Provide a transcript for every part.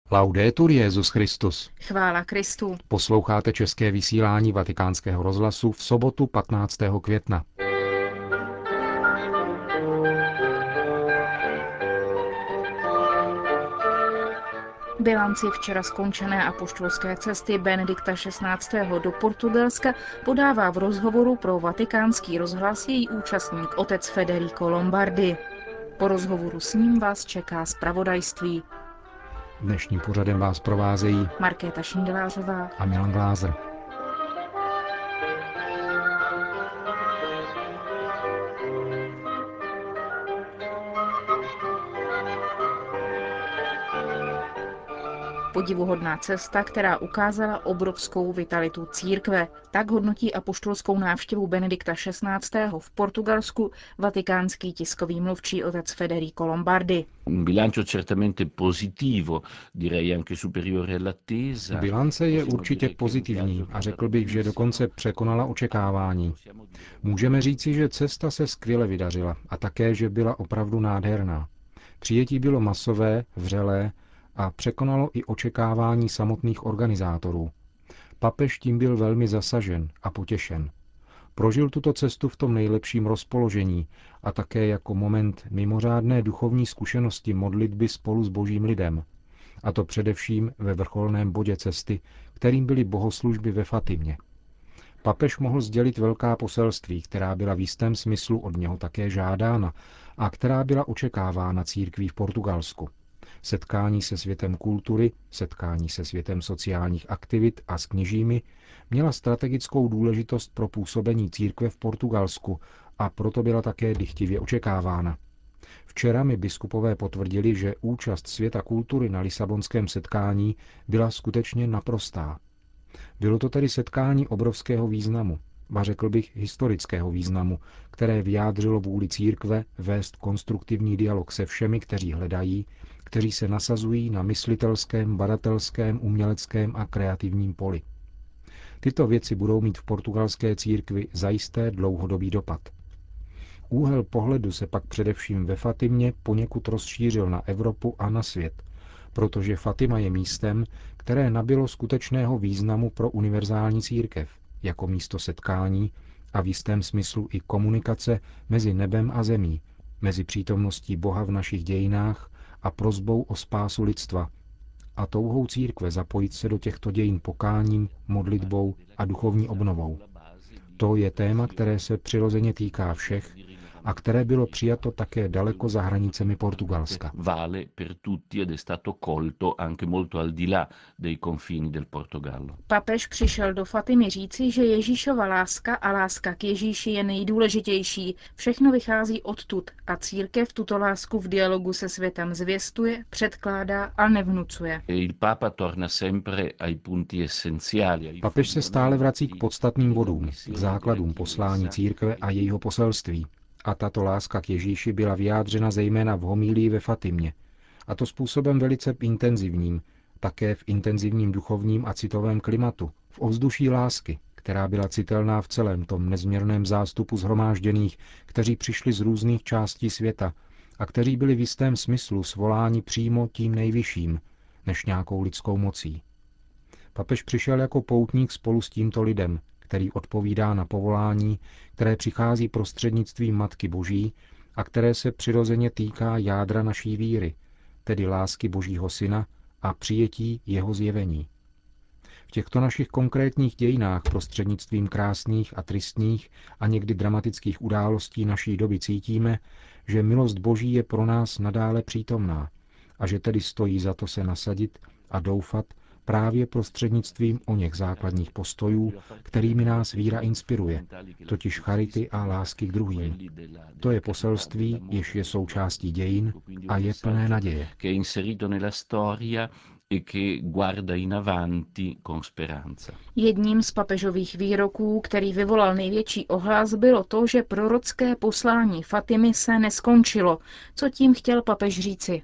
Laudetur Jesus Christus. Chvála Kristu. Posloucháte české vysílání Vatikánského rozhlasu v sobotu 15. května. Bilanci včera skončené apoštolské cesty Benedikta XVI. Do Portugalska podává v rozhovoru pro Vatikánský rozhlas její účastník otec Federico Lombardi. Po rozhovoru s ním vás čeká zpravodajství. Dnešním pořadem vás provázejí Markéta Šindelářová a Milan Glázer. Podivuhodná cesta, která ukázala obrovskou vitalitu církve. Tak hodnotí apoštolskou návštěvu Benedikta XVI. V Portugalsku vatikánský tiskový mluvčí otec Federico Lombardi. Bilance je určitě pozitivní a řekl bych, že dokonce překonala očekávání. Můžeme říci, že cesta se skvěle vydařila a také, že byla opravdu nádherná. Přijetí bylo masové, vřelé a překonalo i očekávání samotných organizátorů. Papež tím byl velmi zasažen a potěšen. Prožil tuto cestu v tom nejlepším rozpoložení a také jako moment mimořádné duchovní zkušenosti modlitby spolu s božím lidem. A to především ve vrcholném bodě cesty, kterým byly bohoslužby ve Fatimě. Papež mohl sdělit velká poselství, která byla v jistém smyslu od něho také žádána a která byla očekávána církví v Portugalsku. Setkání se světem kultury, setkání se světem sociálních aktivit a s kněžími měla strategickou důležitost pro působení církve v Portugalsku a proto byla také dychtivě očekávána. Včera mi biskupové potvrdili, že účast světa kultury na lisabonském setkání byla skutečně naprostá. Bylo to tedy setkání obrovského významu, a řekl bych historického významu, které vyjádřilo vůli církve vést konstruktivní dialog se všemi, kteří hledají, kteří se nasazují na myslitelském, badatelském, uměleckém a kreativním poli. Tyto věci budou mít v portugalské církvi zajisté dlouhodobý dopad. Úhel pohledu se pak především ve Fatimě poněkud rozšířil na Evropu a na svět, protože Fatima je místem, které nabylo skutečného významu pro univerzální církev, jako místo setkání a v jistém smyslu i komunikace mezi nebem a zemí, mezi přítomností Boha v našich dějinách a prosbou o spásu lidstva a touhou církve zapojit se do těchto dějin pokáním, modlitbou a duchovní obnovou. To je téma, které se přirozeně týká všech a které bylo přijato také daleko za hranicemi Portugalska. Papež přišel do Fatimy říci, že Ježíšova láska a láska k Ježíši je nejdůležitější. Všechno vychází odtud a církev tuto lásku v dialogu se světem zvěstuje, předkládá a nevnucuje. Papež se stále vrací k podstatným bodům, k základům poslání církve a jejího poselství. A tato láska k Ježíši byla vyjádřena zejména v homílii ve Fatimě. A to způsobem velice intenzivním, také v intenzivním duchovním a citovém klimatu, v ovzduší lásky, která byla citelná v celém tom nezměrném zástupu shromážděných, kteří přišli z různých částí světa a kteří byli v jistém smyslu svoláni přímo tím nejvyšším, než nějakou lidskou mocí. Papež přišel jako poutník spolu s tímto lidem, který odpovídá na povolání, které přichází prostřednictvím Matky Boží a které se přirozeně týká jádra naší víry, tedy lásky Božího Syna a přijetí jeho zjevení. V těchto našich konkrétních dějinách prostřednictvím krásných a tristních a někdy dramatických událostí naší doby cítíme, že milost Boží je pro nás nadále přítomná a že tedy stojí za to se nasadit a doufat právě prostřednictvím oněch základních postojů, kterými nás víra inspiruje, totiž charity a lásky k druhým. To je poselství, jež je součástí dějin a je plné naděje. Jedním z papežových výroků, který vyvolal největší ohlas, bylo to, že prorocké poslání Fatimy se neskončilo. Co tím chtěl papež říci?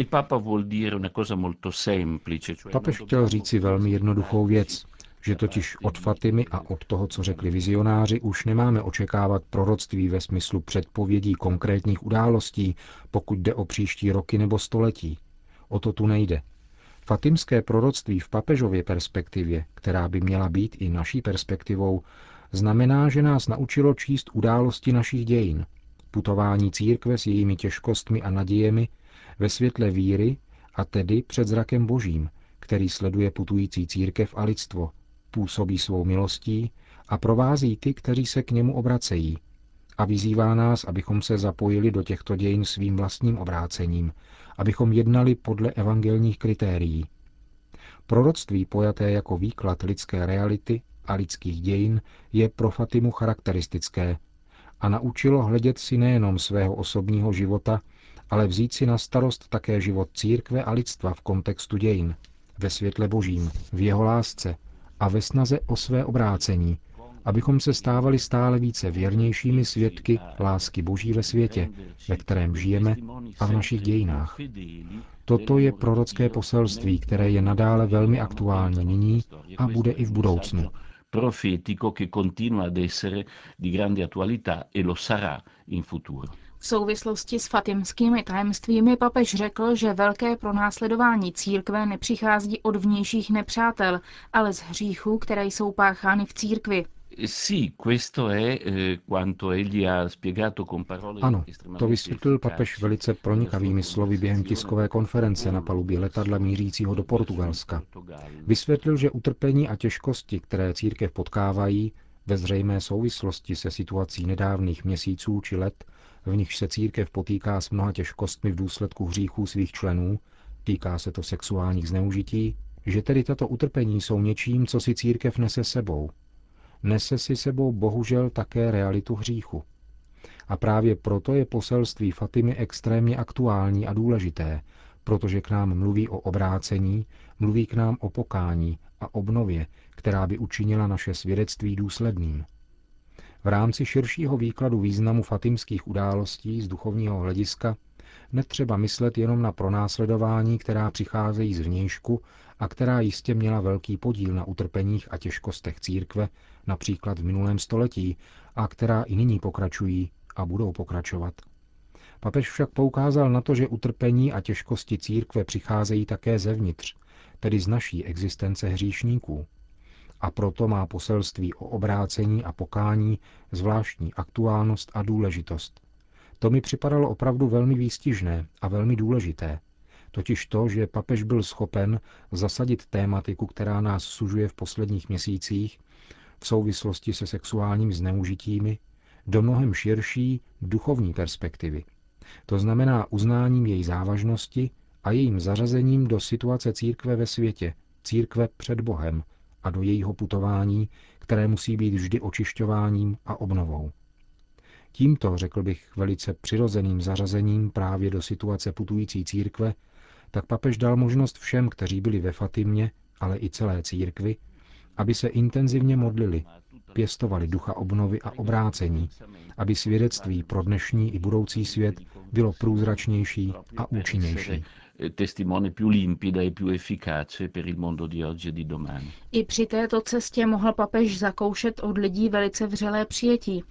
Papež chtěl říci velmi jednoduchou věc, že totiž od Fatimy a od toho, co řekli vizionáři, už nemáme očekávat proroctví ve smyslu předpovědí konkrétních událostí, pokud jde o příští roky nebo století. O to tu nejde. Fatimské proroctví v papežově perspektivě, která by měla být i naší perspektivou, znamená, že nás naučilo číst události našich dějin, putování církve s jejími těžkostmi a nadějemi ve světle víry a tedy před zrakem Božím, který sleduje putující církev a lidstvo, působí svou milostí a provází ty, kteří se k němu obracejí, a vyzývá nás, abychom se zapojili do těchto dějin svým vlastním obrácením, abychom jednali podle evangelních kritérií. Proroctví pojaté jako výklad lidské reality a lidských dějin je pro Fatimu charakteristické a naučilo hledět si nejenom svého osobního života, ale vzít si na starost také život církve a lidstva v kontextu dějin, ve světle Božím, v jeho lásce a ve snaze o své obrácení, abychom se stávali stále více věrnějšími svědky lásky Boží ve světě, ve kterém žijeme a v našich dějinách. Toto je prorocké poselství, které je nadále velmi aktuální nyní a bude i v budoucnu. Profetico che continua ad essere di grande attualità e lo sarà in futuro. V souvislosti s fatimskými tajemstvími papež řekl, že velké pronásledování církve nepřichází od vnějších nepřátel, ale z hříchů, které jsou páchány v církvi. Ano, to vysvětlil papež velice pronikavými slovy během tiskové konference na palubě letadla mířícího do Portugalska. Vysvětlil, že utrpení a těžkosti, které církev potkávají, ve zřejmé souvislosti se situací nedávných měsíců či let, v nichž se církev potýká s mnoha těžkostmi v důsledku hříchů svých členů, týká se to sexuálních zneužití, že tedy tato utrpení jsou něčím, co si církev nese sebou. Nese si sebou bohužel také realitu hříchu. A právě proto je poselství Fatimy extrémně aktuální a důležité, protože k nám mluví o obrácení, mluví k nám o pokání a obnově, která by učinila naše svědectví důsledným. V rámci širšího výkladu významu fatimských událostí z duchovního hlediska netřeba myslet jenom na pronásledování, která přicházejí zvnějšku a která jistě měla velký podíl na utrpeních a těžkostech církve, například v minulém století, a která i nyní pokračují a budou pokračovat. Papež však poukázal na to, že utrpení a těžkosti církve přicházejí také zevnitř, tedy z naší existence hříšníků. A proto má poselství o obrácení a pokání zvláštní aktuálnost a důležitost. To mi připadalo opravdu velmi výstižné a velmi důležité. Totiž to, že papež byl schopen zasadit tématiku, která nás sužuje v posledních měsících, v souvislosti se sexuálními zneužitími, do mnohem širší duchovní perspektivy. To znamená uznáním její závažnosti a jejím zařazením do situace církve ve světě, církve před Bohem a do jejího putování, které musí být vždy očišťováním a obnovou. Tímto, řekl bych, velice přirozeným zařazením právě do situace putující církve, tak papež dal možnost všem, kteří byli ve Fatimě, ale i celé církvi, aby se intenzivně modlili, pěstovali ducha obnovy a obrácení, aby svědectví pro dnešní i budoucí svět bylo průzračnější a účinnější. I při této cestě mohl papež zakoušet od lidí velice vřelé přijetí.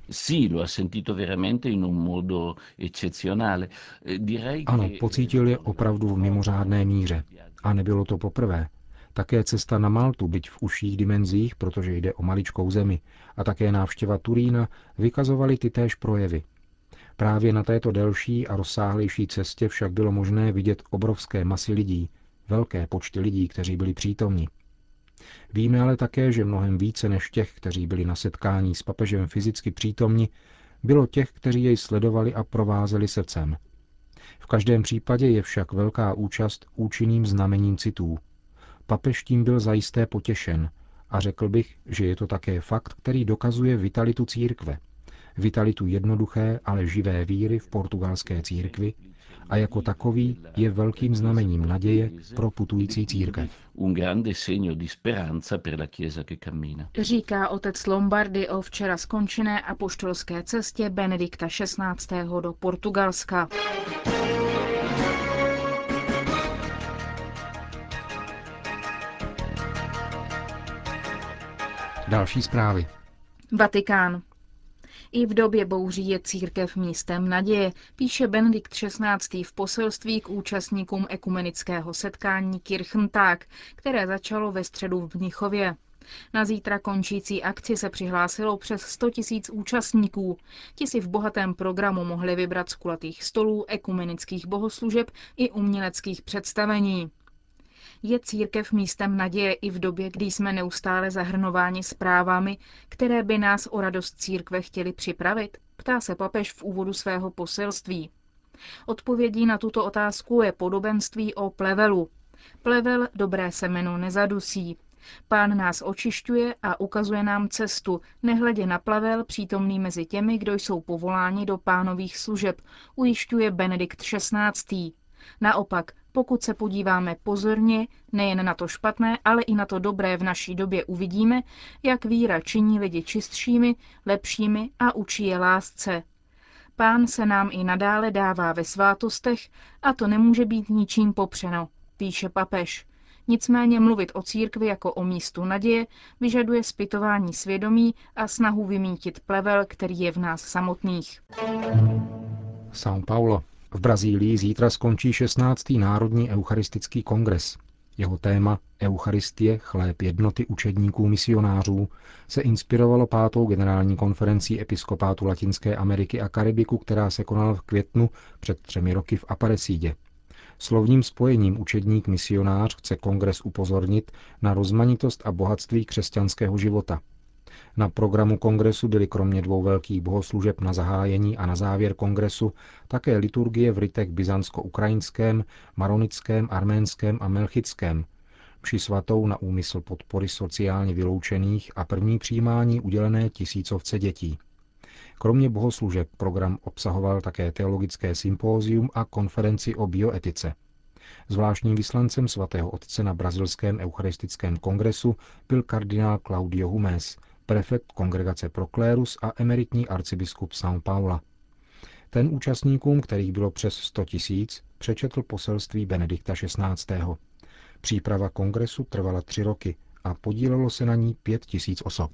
Ano, pocítil je opravdu v mimořádné míře. A nebylo to poprvé. Také cesta na Maltu, byť v užších dimenzích, protože jde o maličkou zemi, a také návštěva Turína vykazovaly tytéž projevy. Právě na této delší a rozsáhlejší cestě však bylo možné vidět obrovské masy lidí, velké počty lidí, kteří byli přítomni. Víme ale také, že mnohem více než těch, kteří byli na setkání s papežem fyzicky přítomni, bylo těch, kteří jej sledovali a provázeli srdcem. V každém případě je však velká účast účinným znamením citů. Papež tím byl zajisté potěšen a řekl bych, že je to také fakt, který dokazuje vitalitu církve. Vitalitu jednoduché, ale živé víry v portugalské církvi a jako takový je velkým znamením naděje pro putující církev. Říká otec Lombardy o včera skončené apoštolské cestě Benedikta XVI. Do Portugalska. Další zprávy. Vatikán. I v době bouří je církev místem naděje, píše Benedikt XVI. V poselství k účastníkům ekumenického setkání Kirchentag, které začalo ve středu v Mnichově. Na zítra končící akci se přihlásilo přes 100 000 účastníků. Ti si v bohatém programu mohli vybrat z kulatých stolů, ekumenických bohoslužeb i uměleckých představení. Je církev místem naděje i v době, kdy jsme neustále zahrnováni zprávami, které by nás o radost církve chtěli připravit? Ptá se papež v úvodu svého poselství. Odpovědí na tuto otázku je podobenství o plevelu. Plevel dobré semeno nezadusí. Pán nás očišťuje a ukazuje nám cestu, nehledě na plevel přítomný mezi těmi, kdo jsou povoláni do pánových služeb, ujišťuje Benedikt XVI. Naopak, pokud se podíváme pozorně, nejen na to špatné, ale i na to dobré v naší době uvidíme, jak víra činí lidi čistšími, lepšími a učí je lásce. Pán se nám i nadále dává ve svátostech a to nemůže být ničím popřeno, píše papež. Nicméně mluvit o církvi jako o místu naděje vyžaduje zpytování svědomí a snahu vymítit plevel, který je v nás samotných. São Paulo. V Brazílii zítra skončí 16. Národní eucharistický kongres. Jeho téma Eucharistie, chléb jednoty učedníků misionářů se inspirovalo 5. generální konferencí episkopátu Latinské Ameriky a Karibiku, která se konala v květnu před 3 roky v Aparecidě. Slovním spojením učedník misionář chce kongres upozornit na rozmanitost a bohatství křesťanského života. Na programu kongresu byly kromě 2 velkých bohoslužeb na zahájení a na závěr kongresu také liturgie v ritech byzantsko-ukrajinském, maronickém, arménském a melchickém, mši svatou na úmysl podpory sociálně vyloučených a první přijímání udělené tisícovce dětí. Kromě bohoslužeb program obsahoval také teologické sympózium a konferenci o bioetice. Zvláštním vyslancem svatého otce na brazilském eucharistickém kongresu byl kardinál Claudio Humés, prefekt Kongregace pro klérus a emeritní arcibiskup São Paula. Ten účastníkům, kterých bylo přes 100 000, přečetl poselství Benedikta XVI. Příprava kongresu trvala 3 roky a podílelo se na ní 5 000 osob.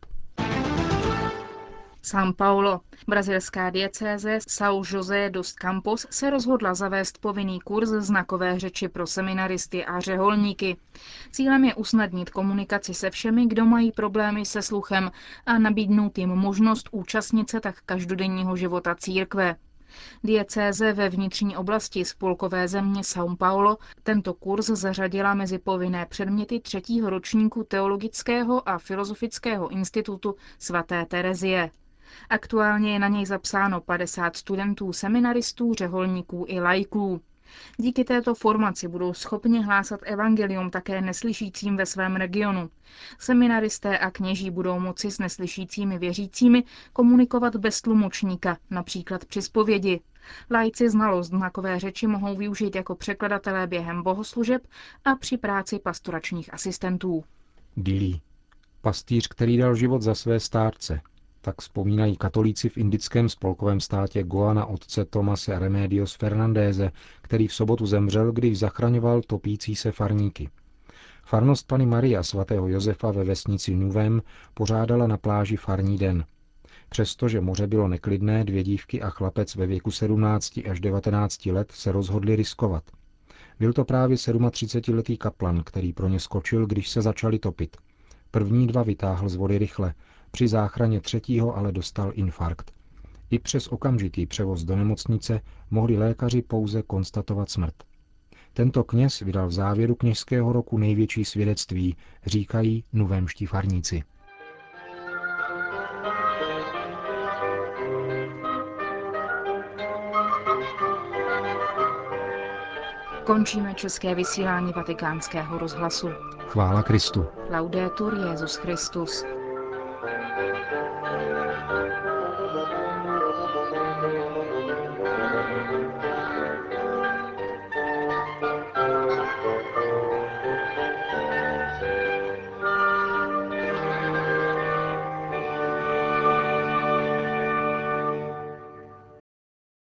São Paulo. Brazilská diecéze São José dos Campos se rozhodla zavést povinný kurz znakové řeči pro seminaristy a řeholníky. Cílem je usnadnit komunikaci se všemi, kdo mají problémy se sluchem a nabídnout jim možnost účastnit se tak každodenního života církve. Diecéze ve vnitřní oblasti spolkové země São Paulo tento kurz zařadila mezi povinné předměty 3. ročníku Teologického a filozofického institutu svaté Terezie. Aktuálně je na něj zapsáno 50 studentů, seminaristů, řeholníků i laiků. Díky této formaci budou schopni hlásat evangelium také neslyšícím ve svém regionu. Seminaristé a kněží budou moci s neslyšícími věřícími komunikovat bez tlumočníka, například při zpovědi. Laici znalost znakové řeči mohou využít jako překladatelé během bohoslužeb a při práci pastoračních asistentů. Dili. Pastýř, který dal život za své stárce. Tak vzpomínají katolíci v indickém spolkovém státě Goa na otce Tomase Remedios Fernandéze, který v sobotu zemřel, když zachraňoval topící se farníky. Farnost Panny Marie a svatého Josefa ve vesnici Nuvem pořádala na pláži farní den. Přestože moře bylo neklidné, 2 dívky a chlapec ve věku 17 až 19 let se rozhodli riskovat. Byl to právě 37letý kaplan, který pro ně skočil, když se začali topit. První 2 vytáhl z vody rychle, při záchraně 3. ale dostal infarkt. I přes okamžitý převoz do nemocnice mohli lékaři pouze konstatovat smrt. Tento kněz vydal v závěru kněžského roku největší svědectví, říkají nuvemští farníci. Končíme české vysílání Vatikánského rozhlasu. Chvála Kristu. Laudetur Jesus Christus.